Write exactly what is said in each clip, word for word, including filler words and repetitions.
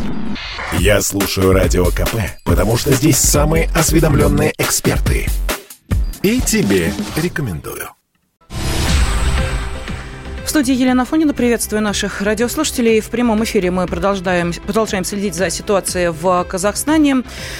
Я слушаю Радио КП, потому что здесь самые осведомленные эксперты. И тебе рекомендую. В студии Елена Афонина. Приветствую наших радиослушателей. В прямом эфире мы продолжаем, продолжаем следить за ситуацией в Казахстане.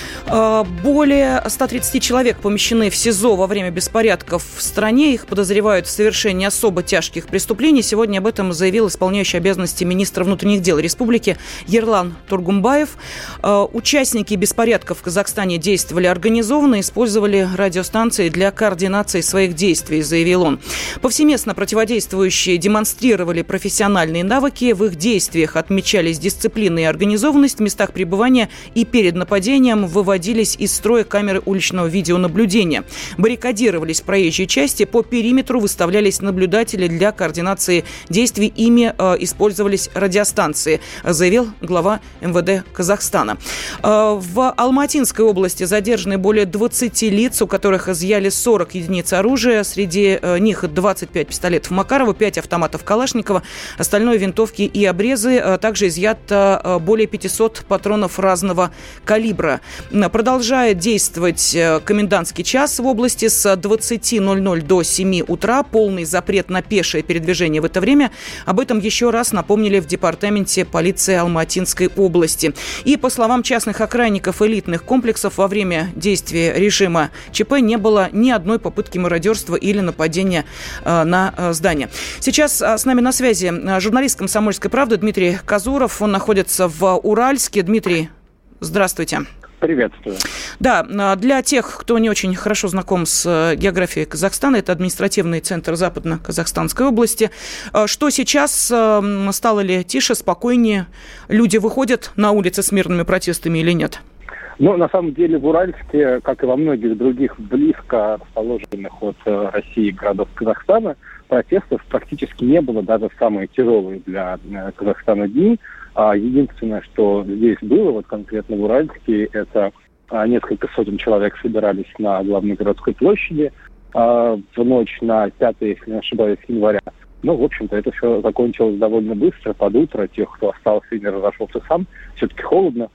Более ста тридцати человек помещены в СИЗО во время беспорядков в стране. Их подозревают в совершении особо тяжких преступлений. Сегодня об этом заявил исполняющий обязанности министра внутренних дел республики Ерлан Тургумбаев. Участники беспорядков в Казахстане действовали организованно, использовали радиостанции для координации своих действий, заявил он. Повсеместно противодействующие демонстрировали профессиональные навыки. В их действиях отмечались дисциплина и организованность в местах пребывания, и перед нападением выводились из строя камеры уличного видеонаблюдения. Баррикадировались в проезжей части, по периметру выставлялись наблюдатели для координации действий, ими э, использовались радиостанции, заявил глава эм вэ дэ Казахстана. Э, в Алматинской области задержаны более двадцати лиц, у которых изъяли сорок единиц оружия. Среди э, них двадцать пять пистолетов Макарова, пять автоматов Калашникова, остальное винтовки и обрезы. Э, также изъято э, более пятисот патронов разного калибра. Продолжает действовать комендантский час в области с двадцати ноль-ноль до семи утра. Полный запрет на пешее передвижение в это время. Об этом еще раз напомнили в департаменте полиции Алматинской области. И по словам частных охранников элитных комплексов, во время действия режима ЧП не было ни одной попытки мародерства или нападения на здание. Сейчас с нами на связи журналист «Комсомольской правды» Дмитрий Казуров. Он находится в Уральске. Дмитрий, здравствуйте. Приветствую. Да, для тех, кто не очень хорошо знаком с географией Казахстана, это административный центр Западно-Казахстанской области. Что сейчас? Стало ли тише, спокойнее? Люди выходят на улицы с мирными протестами или нет? Ну, на самом деле, в Уральске, как и во многих других близко расположенных от России городов Казахстана, протестов практически не было, даже в самые тяжелые для Казахстана дни. Единственное, что здесь было, вот конкретно в Уральске, это несколько сотен человек собирались на главной городской площади в ночь на пятое, если не ошибаюсь, января. Ну, в общем-то, это все закончилось довольно быстро, под утро. Тех, кто остался и не разошелся сам, все-таки холодно.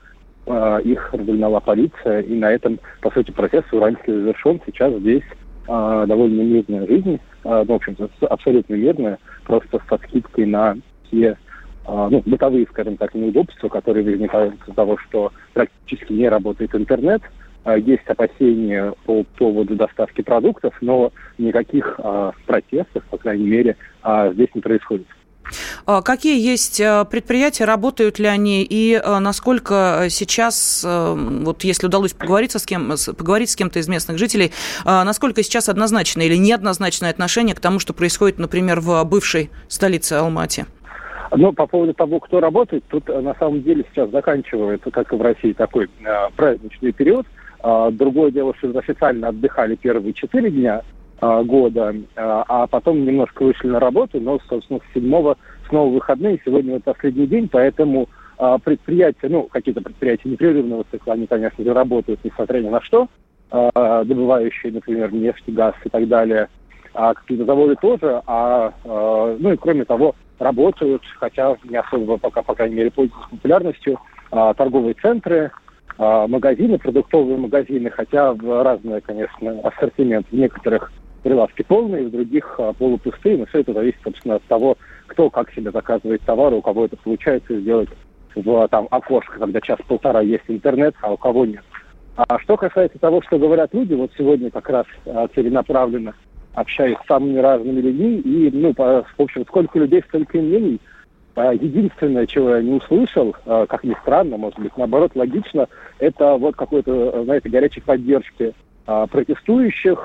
Их разогнала полиция, и на этом, по сути, процесс в Уральске завершен. Сейчас здесь довольно мирная жизнь, ну, в общем-то, абсолютно мирная, просто со скидкой на те ну, бытовые, скажем так, неудобства, которые возникают из-за того, что практически не работает интернет. Есть опасения по поводу доставки продуктов, но никаких а, протестов, по крайней мере, а, здесь не происходит. Какие есть предприятия, работают ли они, и насколько сейчас, вот если удалось поговорить с, кем, поговорить с кем-то из местных жителей, насколько сейчас однозначное или неоднозначное отношение к тому, что происходит, например, в бывшей столице Алматы? Но по поводу того, кто работает, тут на самом деле сейчас заканчивается, как и в России, такой э, праздничный период. Э, другое дело, что официально отдыхали первые четыре дня э, года, э, а потом немножко вышли на работу, но, собственно, с седьмого снова выходные, сегодня вот последний день, поэтому э, предприятия, ну, какие-то предприятия непрерывного цикла, они, конечно же, работают, несмотря ни на что, э, добывающие, например, нефть, газ и так далее, а какие-то заводы тоже, а, э, ну и кроме того, работают, хотя не особо пока, по крайней мере, пользуются популярностью, а, торговые центры, а, магазины, продуктовые магазины, хотя в разный, конечно, ассортимент. В некоторых прилавки полные, в других а, полупустые, но все это зависит, собственно, от того, кто как себе заказывает товар, у кого это получается сделать в там окошко, когда час-полтора есть интернет, а у кого нет. А что касается того, что говорят люди, вот сегодня как раз а, целенаправленно общаюсь с самыми разными людьми, и, ну, по, в общем, сколько людей, столько и мнений. Единственное, чего я не услышал, как ни странно, может быть, наоборот, логично, это вот какой-то, знаете, горячей поддержки протестующих.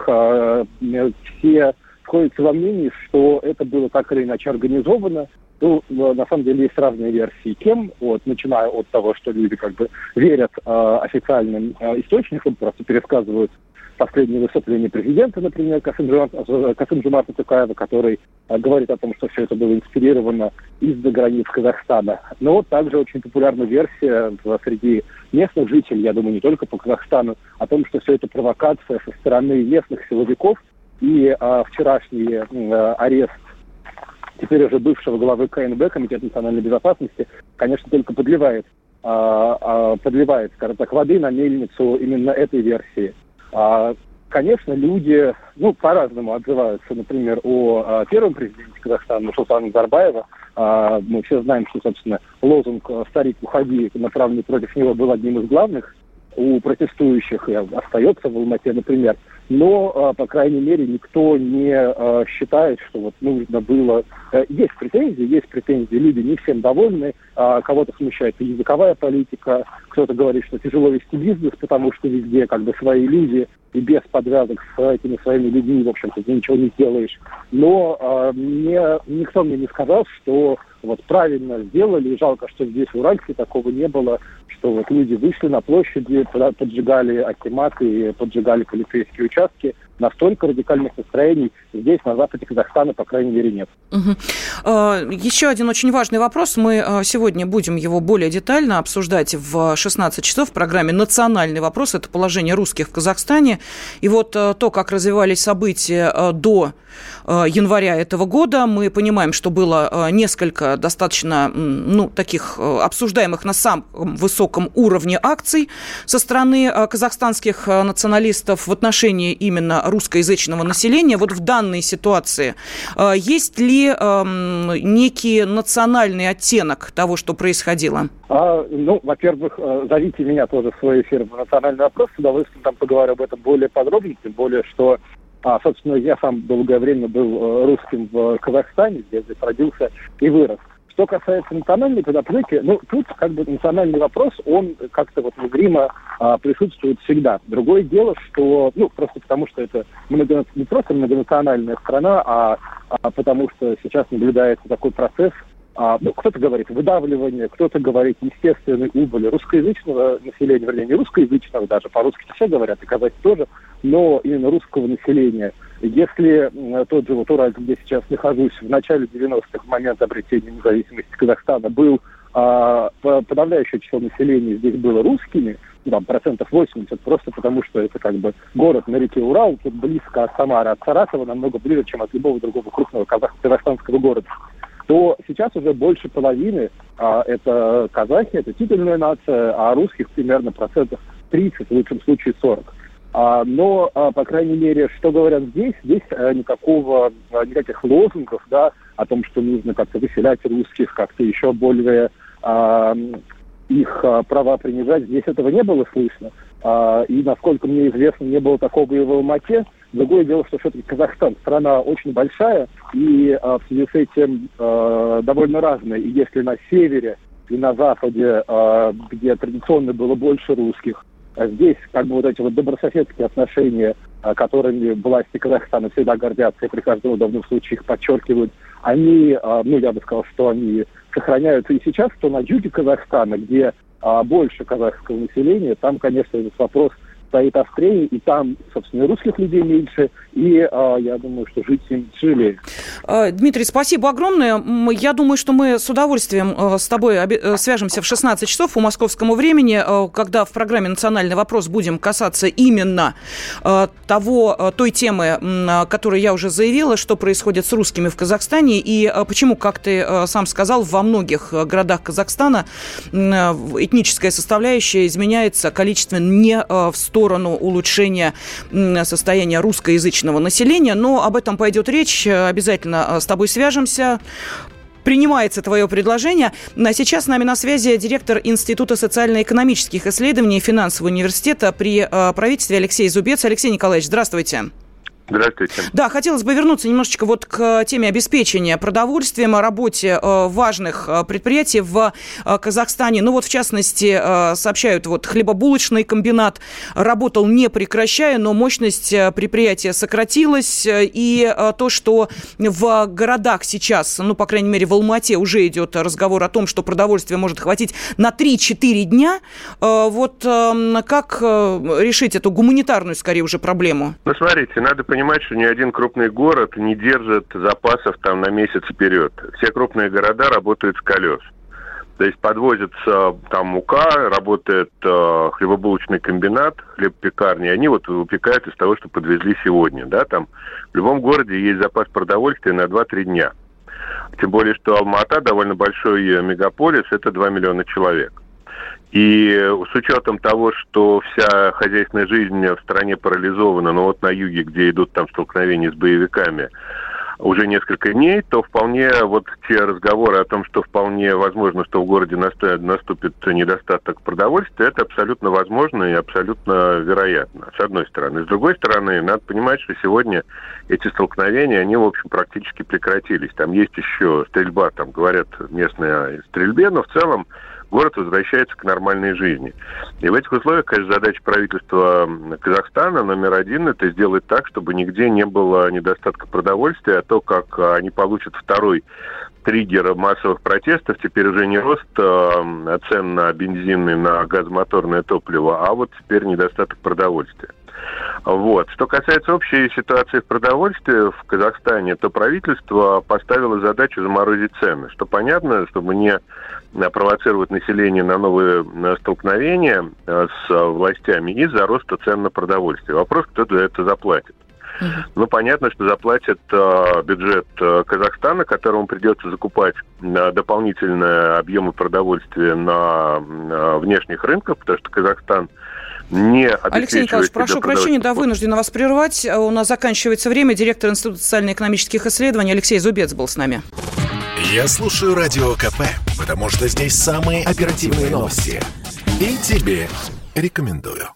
Все сходятся во мнении, что это было так или иначе организовано. Ну, на самом деле есть разные версии кем, вот, начиная от того, что люди как бы верят официальным источникам, просто пересказывают последнее выступление президента, например, Касым-Жомарта Токаева, который э, говорит о том, что все это было инспирировано из-за границ Казахстана. Но вот также очень популярна версия среди местных жителей, я думаю, не только по Казахстану, о том, что все это провокация со стороны местных силовиков, и э, вчерашний э, арест теперь уже бывшего главы ка эн бэ, Комитета национальной безопасности, конечно, только подливает а, а, подливает, скажем так, воды на мельницу именно этой версии. А, конечно, люди, ну, по-разному отзываются, например, о а, первом президенте Казахстана, Нурсултана Назарбаева. А, мы все знаем, что, собственно, лозунг «Старик, уходи», направленный против него, был одним из главных у протестующих, и остается в Алмате, например. Но, а, по крайней мере, никто не а, считает, что вот нужно было... А, есть претензии, есть претензии, люди не всем довольны, а, кого-то смущает и языковая политика, кто-то говорит, что тяжело вести бизнес, потому что везде как бы свои люди, и без подвязок с этими своими людьми, в общем-то, ты ничего не сделаешь. Но а, мне, никто мне не сказал, что вот правильно сделали, и жалко, что здесь в Уральске такого не было, что вот люди вышли на площади, поджигали акиматы и поджигали полицейские участки. Настолько радикальных настроений здесь, на западе Казахстана, по крайней мере, нет. Угу. Еще один очень важный вопрос. Мы сегодня будем его более детально обсуждать в шестнадцать часов в программе «Национальный вопрос». Это положение русских в Казахстане. И вот то, как развивались события до января этого года, мы понимаем, что было несколько достаточно, ну, таких обсуждаемых на самом высоком уровне акций со стороны казахстанских националистов в отношении именно русскоязычного населения. Вот в данной ситуации есть ли э, некий национальный оттенок того, что происходило? А, ну, во-первых, зовите меня тоже в свой эфир в «Национальный вопрос», с удовольствием там поговорю об этом более подробно, тем более, что, а, собственно, я сам долгое время был русским в Казахстане, где здесь родился и вырос. Что касается национальной подоплеки, ну, тут как бы национальный вопрос, он как-то вот незримо а, присутствует всегда. Другое дело, что, ну, просто потому что это много, не просто многонациональная страна, а, а потому что сейчас наблюдается такой процесс, а, ну, кто-то говорит выдавливание, кто-то говорит естественный убыль русскоязычного населения, вернее, не русскоязычного даже, по-русски все говорят, и казахи тоже, но именно русского населения. Если э, тот же вот Уральск, где сейчас нахожусь, в начале девяностых, в момент обретения независимости Казахстана, был э, подавляющее число населения здесь было русскими, ну, там, процентов восемьдесят, просто потому что это как бы город на реке Урал, тут близко от Самары, от Саратова, намного ближе, чем от любого другого крупного казах- казахстанского города, то сейчас уже больше половины а, это казахи, это титульная нация, а русских примерно процентов тридцать, в лучшем случае сорок. А, но, а, по крайней мере, что говорят здесь, здесь а, никакого, а, никаких лозунгов, да, о том, что нужно как-то выселять русских, как-то еще более а, их а, права принижать, здесь этого не было слышно. А, и, насколько мне известно, не было такого и в Алмате. Другое дело, что все-таки Казахстан страна очень большая, и а, в связи с этим а, довольно разная. И если на севере и на западе, а, где традиционно было больше русских, а здесь как бы вот эти вот добрососедские отношения, а, которыми власти Казахстана всегда гордятся и при каждом удобном случае их подчеркивают, они, а, ну я бы сказал, что они сохраняются и сейчас, то на юге Казахстана, где а, больше казахского населения, там, конечно, этот вопрос стоит острее, и там, собственно, русских людей меньше, и а, я думаю, что жить им тяжелее. Дмитрий, спасибо огромное. Я думаю, что мы с удовольствием с тобой свяжемся в шестнадцать часов по московскому времени, когда в программе «Национальный вопрос» будем касаться именно того, той темы, которую я уже заявила, что происходит с русскими в Казахстане, и почему, как ты сам сказал, во многих городах Казахстана этническая составляющая изменяется количественно не в сторону сторону улучшения состояния русскоязычного населения. Но об этом пойдет речь. Обязательно с тобой свяжемся. Принимается твое предложение. А сейчас с нами на связи директор Института социально-экономических исследований Финансового университета при правительстве Алексей Зубец. Алексей Николаевич, здравствуйте. Здравствуйте. Да, хотелось бы вернуться немножечко вот к теме обеспечения продовольствием, о работе э, важных э, предприятий в э, Казахстане. Ну вот, в частности, э, сообщают, вот хлебобулочный комбинат работал не прекращая, но мощность э, предприятия сократилась. И э, то, что в городах сейчас, ну, по крайней мере, в Алмате уже идет разговор о том, что продовольствия может хватить на три-четыре дня. Э, вот э, как э, решить эту гуманитарную, скорее уже, проблему? Ну, смотрите, надо понимать, понимать, что ни один крупный город не держит запасов там на месяц вперед. Все крупные города работают с колес. То есть подвозится там мука, работает э, хлебобулочный комбинат, хлебопекарни, они вот выпекают из того, что подвезли сегодня. Да, там в любом городе есть запас продовольствия на два-три дня. Тем более, что Алмата довольно большой мегаполис, это два миллиона человек. И с учетом того, что вся хозяйственная жизнь в стране парализована, но вот на юге, где идут там столкновения с боевиками, уже несколько дней, то вполне вот те разговоры о том, что вполне возможно, что в городе наступит недостаток продовольствия, это абсолютно возможно и абсолютно вероятно, с одной стороны. С другой стороны, надо понимать, что сегодня эти столкновения, они, в общем, практически прекратились. Там есть еще стрельба, там говорят местные о стрельбе, но в целом город возвращается к нормальной жизни. И в этих условиях, конечно, задача правительства Казахстана номер один – это сделать так, чтобы нигде не было недостатка продовольствия, а то, как они получат второй триггер массовых протестов, теперь уже не рост э, цен на бензин и на газомоторное топливо, а вот теперь недостаток продовольствия. Вот. Что касается общей ситуации в продовольствии в Казахстане, то правительство поставило задачу заморозить цены, что понятно, чтобы не провоцировать население на новые столкновения с властями из-за роста цен на продовольствие. Вопрос, кто за это заплатит. Uh-huh. Ну, понятно, что заплатит э, бюджет э, Казахстана, которому придется закупать э, дополнительные объемы продовольствия на э, внешних рынках, потому что Казахстан не Алексей Николаевич, прошу прощения, да, вынуждена вас прервать. У нас заканчивается время. Директор Института социально-экономических исследований Алексей Зубец был с нами. Я слушаю Радио КП, потому что здесь самые оперативные новости. И тебе рекомендую.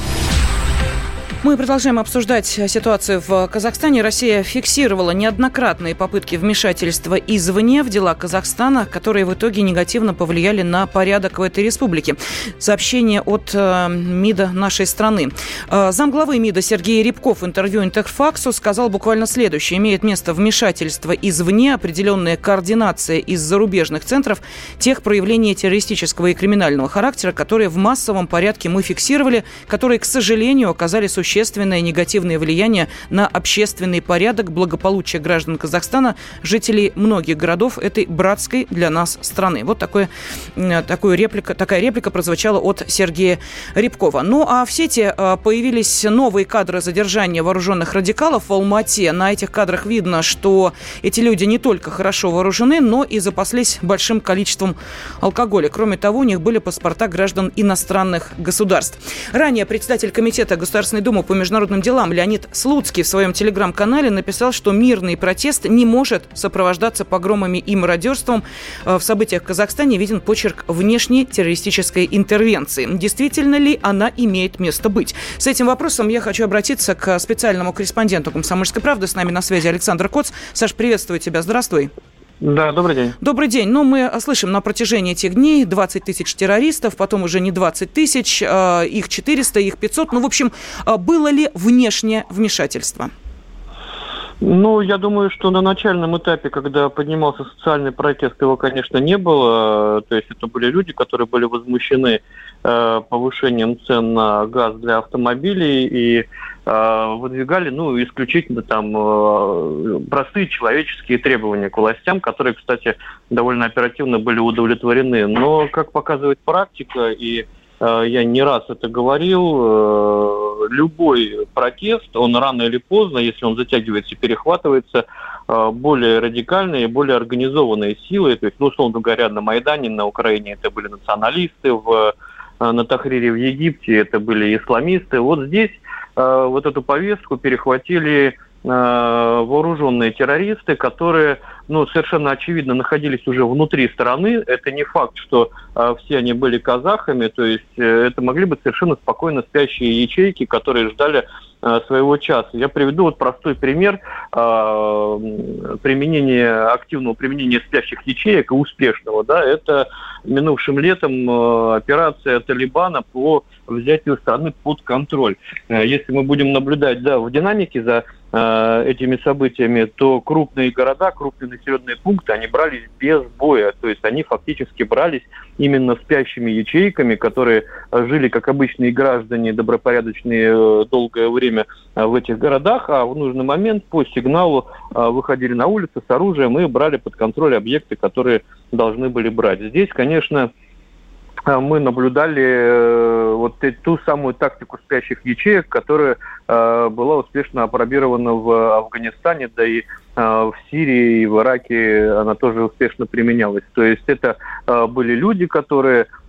Мы продолжаем обсуждать ситуацию в Казахстане. Россия фиксировала неоднократные попытки вмешательства извне в дела Казахстана, которые в итоге негативно повлияли на порядок в этой республике. Сообщение от э, МИДа нашей страны. Э, замглавы МИДа Сергей Рябков в интервью Интерфаксу сказал буквально следующее. Имеет место вмешательство извне, определенная координация из зарубежных центров тех проявлений террористического и криминального характера, которые в массовом порядке мы фиксировали, которые, к сожалению, оказали существенное существенное негативное влияние на общественный порядок, благополучие граждан Казахстана, жителей многих городов этой братской для нас страны. Вот такое, такое реплика, такая реплика прозвучала от Сергея Рябкова. Ну, а в сети появились новые кадры задержания вооруженных радикалов в Алма-Ате. На этих кадрах видно, что эти люди не только хорошо вооружены, но и запаслись большим количеством алкоголя. Кроме того, у них были паспорта граждан иностранных государств. Ранее председатель комитета Государственной Думы по международным делам Леонид Слуцкий в своем телеграм-канале написал, что мирный протест не может сопровождаться погромами и мародерством. В событиях в Казахстане виден почерк внешней террористической интервенции. Действительно ли она имеет место быть? С этим вопросом я хочу обратиться к специальному корреспонденту «Комсомольской правды». С нами на связи Александр Коц. Саш, приветствую тебя. Здравствуй. Да, добрый день. Добрый день. Ну, мы слышим на протяжении этих дней двадцать тысяч террористов, потом уже не двадцать тысяч, их четыреста, их пятьсот. Ну, в общем, было ли внешнее вмешательство? Ну, я думаю, что на начальном этапе, когда поднимался социальный протест, его, конечно, не было. То есть это были люди, которые были возмущены повышением цен на газ для автомобилей и выдвигали, ну, исключительно там простые человеческие требования к властям, которые, кстати, довольно оперативно были удовлетворены. Но, как показывает практика, и я не раз это говорил, любой протест, он рано или поздно, если он затягивается и перехватывается, более радикальные, более организованные силы. То есть, ну, условно говоря, на Майдане, на Украине это были националисты, в, на Тахрире в Египте это были исламисты. Вот здесь вот эту повестку перехватили вооруженные террористы, которые, ну, совершенно очевидно находились уже внутри страны. Это не факт, что э, все они были казахами, то есть э, это могли быть совершенно спокойно спящие ячейки, которые ждали э, своего часа. Я приведу вот простой пример э, применения, активного применения спящих ячеек и успешного. Да, это минувшим летом э, операция Талибана по взятию страны под контроль. Э, если мы будем наблюдать, да, в динамике за этими событиями, то крупные города, крупные населенные пункты, они брались без боя. То есть они фактически брались именно спящими ячейками, которые жили как обычные граждане, добропорядочные долгое время в этих городах, а в нужный момент по сигналу выходили на улицы с оружием и брали под контроль объекты, которые должны были брать. Здесь, конечно, мы наблюдали вот ту самую тактику спящих ячеек, которая была успешно опробирована в Афганистане, да и в Сирии и в Ираке она тоже успешно применялась. То есть это были люди, которые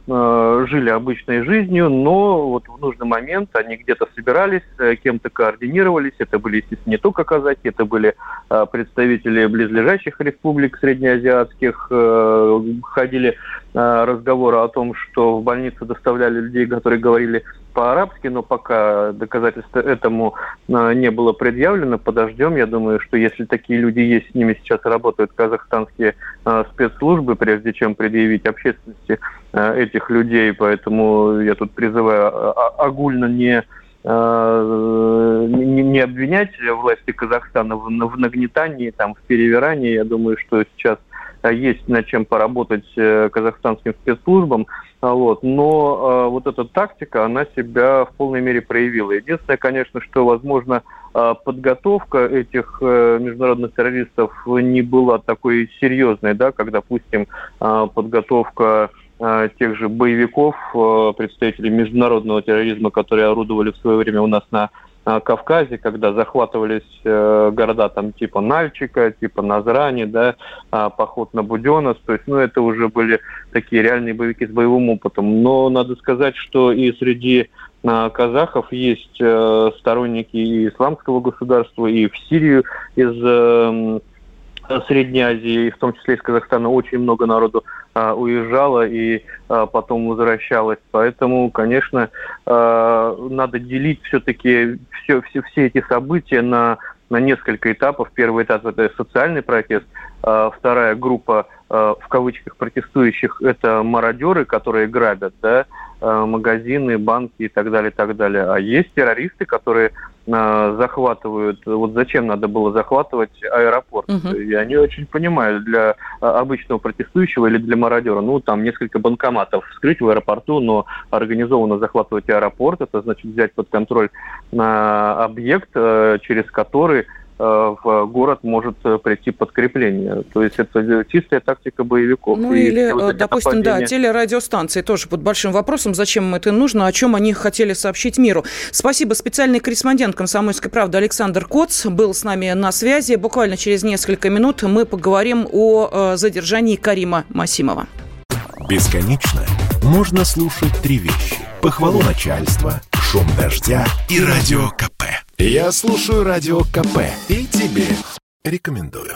э, жили обычной жизнью, но вот в нужный момент они где-то собирались, э, кем-то координировались. Это были, естественно, не только казахи, это были э, представители близлежащих республик среднеазиатских. Э, ходили э, разговоры о том, что в больницу доставляли людей, которые говорили по-арабски, но пока доказательств этому э, не было предъявлено. Подождем. Я думаю, что если такие люди есть, с ними сейчас работают казахстанские э, спецслужбы, прежде чем предъявить общественности э, этих людей. Поэтому я тут призываю э, огульно не, э, не, не обвинять власти Казахстана в, в нагнетании, там, в перевирании. Я думаю, что сейчас есть над чем поработать э, казахстанским спецслужбам. Вот. Но э, вот эта тактика, она себя в полной мере проявила. Единственное, конечно, что, возможно, э, подготовка этих э, международных террористов не была такой серьезной, да, как, допустим, э, подготовка э, тех же боевиков, э, представителей международного терроризма, которые орудовали в свое время у нас на Кавказе, когда захватывались э, города там типа Нальчика, типа Назрани, да, э, поход на Буденновск, то есть, ну, это уже были такие реальные боевики с боевым опытом. Но надо сказать, что и среди э, казахов есть э, сторонники и исламского государства, и в Сирию из э, Средней Азии, в том числе из Казахстана, очень много народу а, уезжало и а, потом возвращалось. Поэтому, конечно, а, надо делить все-таки все, все, все эти события на, на несколько этапов. Первый этап – это социальный протест. А, вторая группа, а, в кавычках, протестующих – это мародеры, которые грабят, да, магазины, банки и так далее, и так далее. А есть террористы, которые э, захватывают... Вот зачем надо было захватывать аэропорт? Uh-huh. Я не очень понимаю, для обычного протестующего или для мародера. Ну, там несколько банкоматов вскрыть в аэропорту, но организованно захватывать аэропорт, это значит взять под контроль э, объект, э, через который в город может прийти подкрепление. То есть это чистая тактика боевиков. Ну и или, вот допустим, нападения... да, телерадиостанции тоже под большим вопросом, зачем им это нужно, о чем они хотели сообщить миру. Спасибо. Специальный корреспондент «Комсомольской правды» Александр Коц был с нами на связи. Буквально через несколько минут мы поговорим о задержании Карима Масимова. Бесконечно можно слушать три вещи. Похвалу начальства, шум дождя и радио ка пэ. Я слушаю радио ка пэ и тебе рекомендую.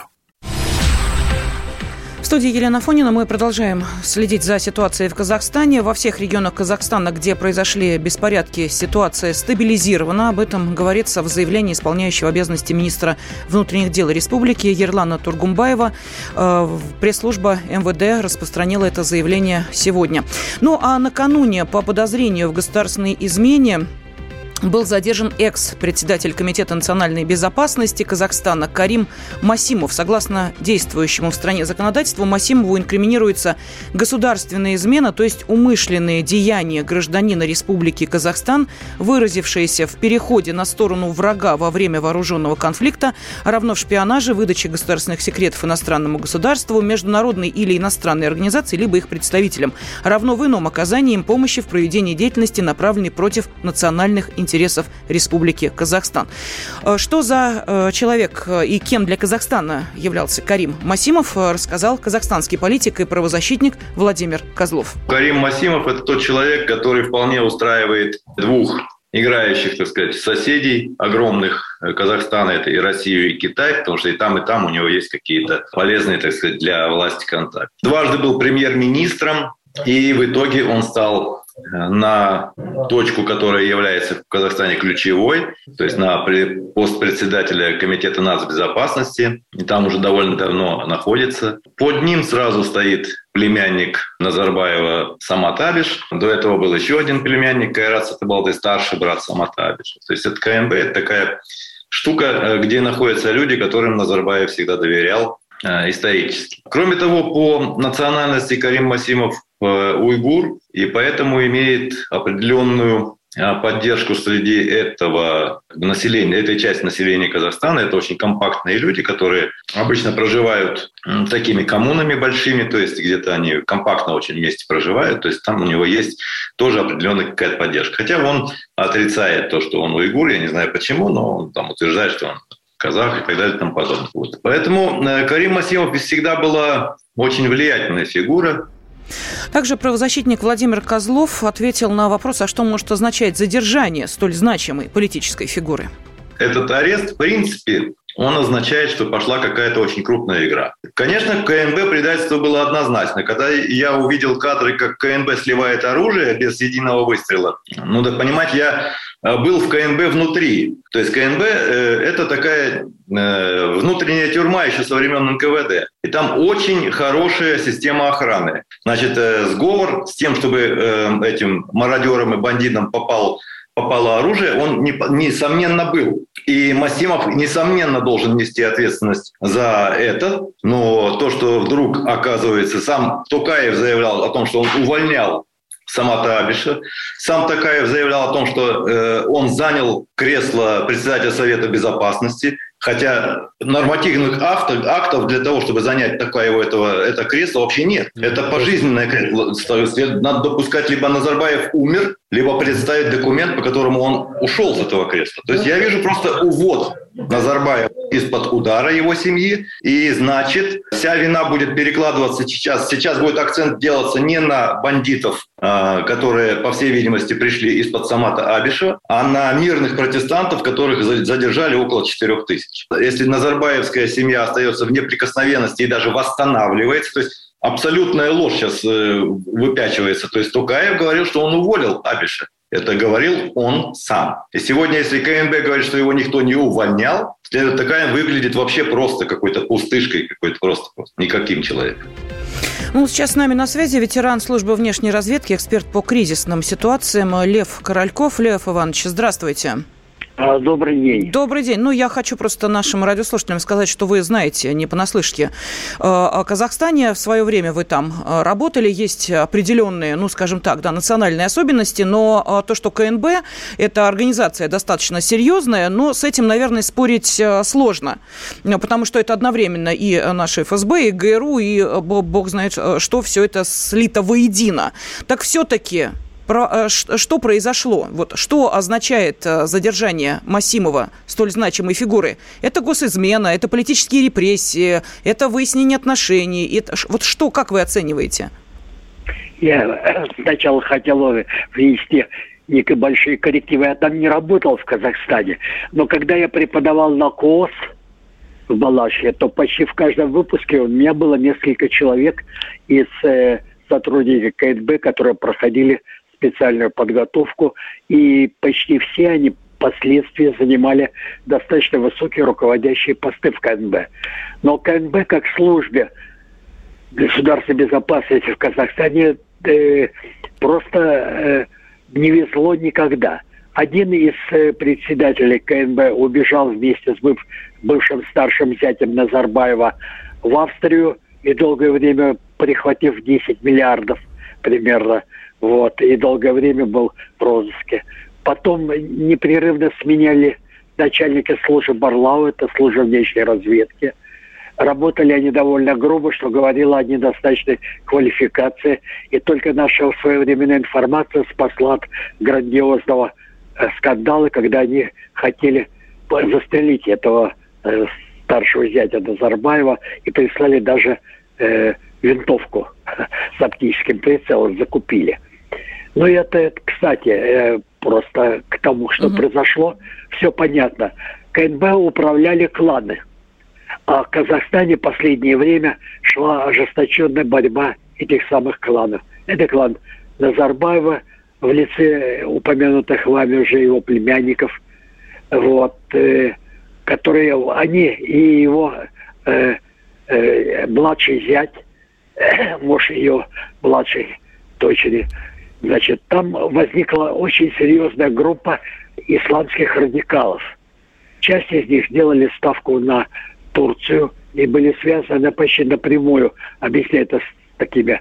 В студии Елена Афонина. Мы продолжаем следить за ситуацией в Казахстане. Во всех регионах Казахстана, где произошли беспорядки, ситуация стабилизирована. Об этом говорится в заявлении исполняющего обязанности министра внутренних дел республики Ерлана Тургумбаева. Пресс-служба эм вэ дэ распространила это заявление сегодня. Ну а накануне по подозрению в государственной измене был задержан экс-председатель Комитета национальной безопасности Казахстана Карим Масимов. Согласно действующему в стране законодательству, Масимову инкриминируется государственная измена, то есть умышленные деяния гражданина Республики Казахстан, выразившиеся в переходе на сторону врага во время вооруженного конфликта, равно в шпионаже, выдаче государственных секретов иностранному государству, международной или иностранной организации, либо их представителям, равно в ином оказании им помощи в проведении деятельности, направленной против национальных интересов интересов Республики Казахстан. Что за человек и кем для Казахстана являлся Карим Масимов, рассказал казахстанский политик и правозащитник Владимир Козлов. Карим Масимов – это тот человек, который вполне устраивает двух играющих, так сказать, соседей огромных Казахстана, это и Россию, и Китай, потому что и там, и там у него есть какие-то полезные, так сказать, для власти контакты. Дважды был премьер-министром, и в итоге он стал на точку, которая является в Казахстане ключевой, то есть на пост председателя Комитета нацбезопасности, и там уже довольно давно находится. Под ним сразу стоит племянник Назарбаева Самат Абиш. До этого был еще один племянник Кайрат Сатыбалды, старший брат Самата Абиша. То есть это ка эм бэ, это такая штука, где находятся люди, которым Назарбаев всегда доверял э, исторически. Кроме того, по национальности Карим Масимов уйгур, и поэтому имеет определенную поддержку среди этого населения, этой части населения Казахстана. Это очень компактные люди, которые обычно проживают такими коммунами большими, то есть где-то они компактно очень вместе проживают, то есть там у него есть тоже определенная какая-то поддержка. Хотя он отрицает то, что он уйгур, я не знаю почему, но он там утверждает, что он казах и так далее и тому подобное. Вот. Поэтому Карим Масимов всегда была очень влиятельная фигура. Также правозащитник Владимир Козлов ответил на вопрос, а что может означать задержание столь значимой политической фигуры. Этот арест, в принципе, он означает, что пошла какая-то очень крупная игра. Конечно, КНБ предательство было однозначно. Когда я увидел кадры, как КНБ сливает оружие без единого выстрела, ну, так понимаете, я был в КНБ внутри. То есть КНБ э, – это такая э, внутренняя тюрьма еще со времен эн ка вэ дэ. И там очень хорошая система охраны. Значит, э, сговор с тем, чтобы э, этим мародерам и бандитам попал попало оружие, он, несомненно, был. И Масимов, несомненно, должен нести ответственность за это. Но то, что вдруг, оказывается, сам Токаев заявлял о том, что он увольнял Самата Абиша. Сам Токаев заявлял о том, что э, он занял кресло председателя Совета Безопасности. Хотя нормативных актов, актов для того, чтобы занять Токаеву этого, это кресло, вообще нет. Это пожизненное кресло. Надо допускать, либо Назарбаев умер, либо представить документ, по которому он ушел с этого кресла. То есть я вижу просто увод Назарбаева из-под удара его семьи. И значит, вся вина будет перекладываться сейчас. Сейчас будет акцент делаться не на бандитов, которые, по всей видимости, пришли из-под Самата Абиша, а на мирных протестантов, которых задержали около четырех тысяч. Если назарбаевская семья остается в неприкосновенности и даже восстанавливается, то есть абсолютная ложь сейчас выпячивается. То есть Токаев говорил, что он уволил Абиша. Это говорил он сам. И сегодня, если КНБ говорит, что его никто не увольнял, то Токаев выглядит вообще просто какой-то пустышкой, какой-то просто, просто никаким человеком. Ну, сейчас с нами на связи ветеран службы внешней разведки, эксперт по кризисным ситуациям Лев Корольков. Лев Иванович, здравствуйте. Добрый день. Добрый день. Ну, я хочу просто нашим радиослушателям сказать, что вы знаете, не понаслышке, о Казахстане. В свое время вы там работали. Есть определенные, ну, скажем так, да, национальные особенности, но то, что КНБ – это организация достаточно серьезная, но с этим, наверное, спорить сложно, потому что это одновременно и наши эф эс бэ, и гэ эр у, и бог знает, что все это слито воедино. Так все-таки... Про, что произошло? Вот, что означает задержание Масимова, столь значимой фигуры? Это госизмена, это политические репрессии, это выяснение отношений. Это, вот что, как вы оцениваете? Я сначала хотел внести некие большие коррективы. Я там не работал в Казахстане. Но когда я преподавал на КОС в Балашихе, то почти в каждом выпуске у меня было несколько человек из э, сотрудников КНБ, которые проходили специальную подготовку, и почти все они впоследствии занимали достаточно высокие руководящие посты в КНБ. Но КНБ как службе государственной безопасности в Казахстане э, просто э, не везло никогда. Один из э, председателей КНБ убежал вместе с быв, бывшим старшим зятем Назарбаева в Австрию и долгое время, прихватив десять миллиардов примерно, вот, и долгое время был в розыске. Потом непрерывно сменяли начальника службы Барлау, это служба внешней разведки. Работали они довольно грубо, что говорило о недостаточной квалификации. И только наша своевременная информация спасла от грандиозного э, скандала, когда они хотели застрелить этого э, старшего зятя Назарбаева и прислали даже э, винтовку с оптическим прицелом, закупили. Ну, это, кстати, просто к тому, что угу. произошло, все понятно. КНБ управляли кланы. А в Казахстане в последнее время шла ожесточенная борьба этих самых кланов. Это клан Назарбаева в лице упомянутых вами уже его племянников, вот, э, которые, они и его э, э, младший зять, э, муж ее младшей дочери. Значит, там возникла очень серьезная группа исламских радикалов. Часть из них сделали ставку на Турцию и были связаны почти напрямую, объясняю это с такими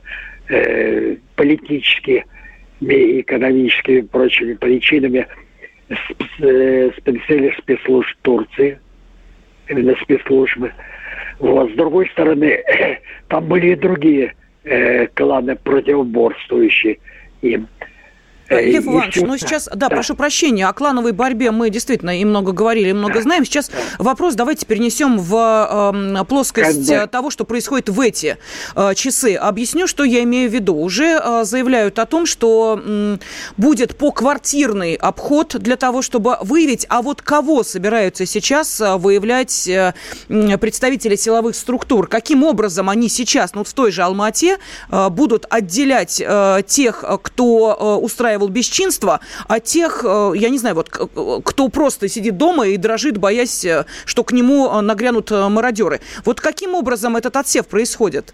э, политическими, экономическими и прочими причинами, с, э, с представителями спецслужб Турции, именно спецслужбы. Вот. С другой стороны, там были и другие э, кланы, противоборствующие им. Лев Иванович, ну сейчас, да, да, прошу прощения, о клановой борьбе мы действительно и много говорили, и много да. знаем. Сейчас да. вопрос давайте перенесем в э, плоскость как бы... того, что происходит в эти э, часы. Объясню, что я имею в виду. Уже э, заявляют о том, что э, будет поквартирный обход для того, чтобы выявить, а вот кого собираются сейчас э, выявлять э, представители силовых структур. Каким образом они сейчас, ну, в той же Алма-Ате, э, будут отделять э, тех, кто э, устраивает бесчинство, а тех, я не знаю, вот, кто просто сидит дома и дрожит, боясь, что к нему нагрянут мародеры. Вот каким образом этот отсев происходит?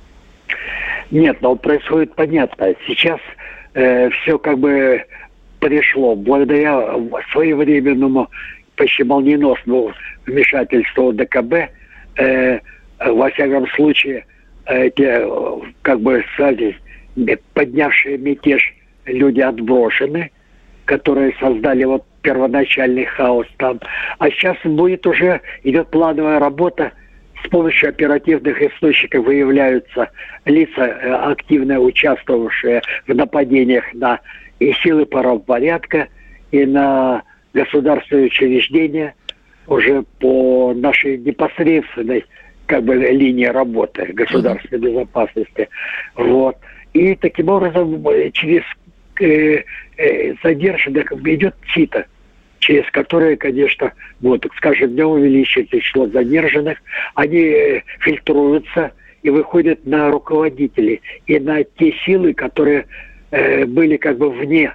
Нет, ну происходит понятно. Сейчас э, все как бы пришло благодаря своевременному, почти молниеносному вмешательству ДКБ. Э, во всяком случае, эти, как бы, сказать, поднявшие мятеж люди отброшены, которые создали вот первоначальный хаос там. А сейчас будет уже, идет плановая работа, с помощью оперативных источников выявляются лица, активно участвовавшие в нападениях на и силы правопорядка, и на государственные учреждения, уже по нашей непосредственной как бы линии работы государственной mm-hmm. безопасности. Вот. И таким образом через э, э, задержанных идет СИТа, через которые, конечно, вот, с каждым днем увеличивается число задержанных. Они э, фильтруются и выходят на руководителей и на те силы, которые э, были как бы вне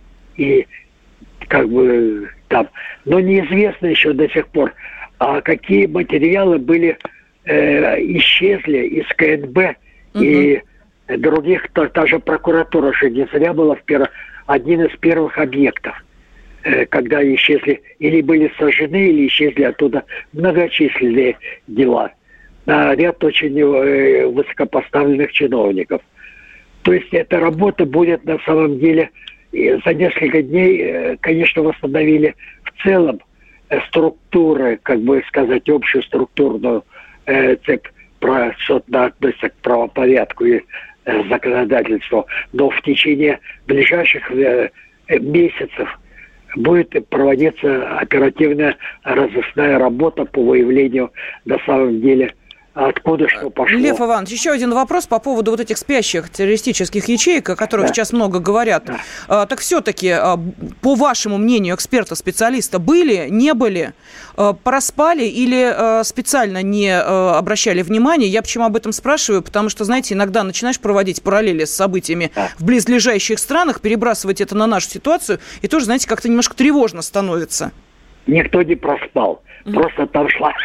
и как бы там. Но неизвестно еще до сих пор, а какие материалы были э, исчезли из КНБ угу. и других, та, та же прокуратура же не зря была в перв... один из первых объектов, э, когда исчезли, или были сожжены, или исчезли оттуда многочисленные дела на ряд очень э, высокопоставленных чиновников. То есть эта работа будет на самом деле, э, за несколько дней, э, конечно, восстановили в целом э, структуры, как бы сказать, общую структурную э, цепь, про, что относится к правопорядку и законодательству, но в течение ближайших э, месяцев будет проводиться оперативная разыскная работа по выявлению на самом деле, откуда что пошло. Лев Иванович, еще один вопрос по поводу вот этих спящих террористических ячеек, о которых да. сейчас много говорят. Да. А, так все-таки, а, по вашему мнению, эксперта, специалиста, были, не были, а, проспали или а, специально не а, обращали внимания? Я почему об этом спрашиваю? Потому что, знаете, иногда начинаешь проводить параллели с событиями да. в близлежащих странах, перебрасывать это на нашу ситуацию, и тоже, знаете, как-то немножко тревожно становится. Никто не проспал. Mm-hmm. Просто там шла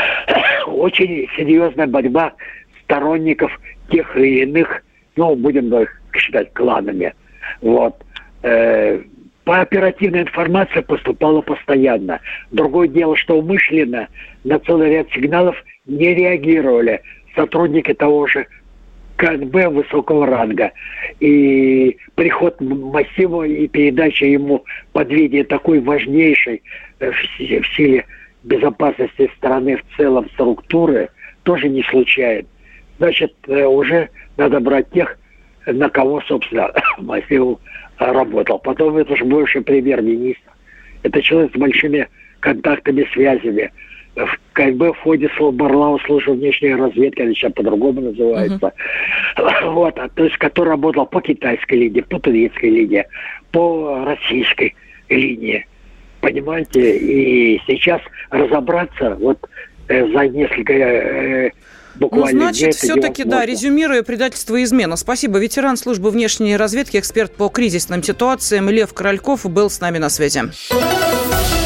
очень серьезная борьба сторонников тех или иных, ну, будем их считать кланами. Вот. Э, по оперативной информации поступала постоянно. Другое дело, что умышленно на целый ряд сигналов не реагировали сотрудники того же КНБ высокого ранга. И приход массива и передача ему подведения такой важнейшей в силе безопасности страны в целом структуры тоже не случайно. Значит, уже надо брать тех, на кого, собственно, массив работал. Потом это же бывший премьер-министр. Это человек с большими контактами, связями. В КНБ в ходе Барлау служил внешней разведки, она сейчас по-другому называется. Uh-huh. Вот, то есть, который работал по китайской линии, по турецкой линии, по российской линии. Понимаете? И сейчас разобраться вот э, за несколько э, буквально... Ну, значит, все-таки, да, резюмируя предательство и измена. Спасибо. Ветеран службы внешней разведки, эксперт по кризисным ситуациям Лев Корольков был с нами на связи.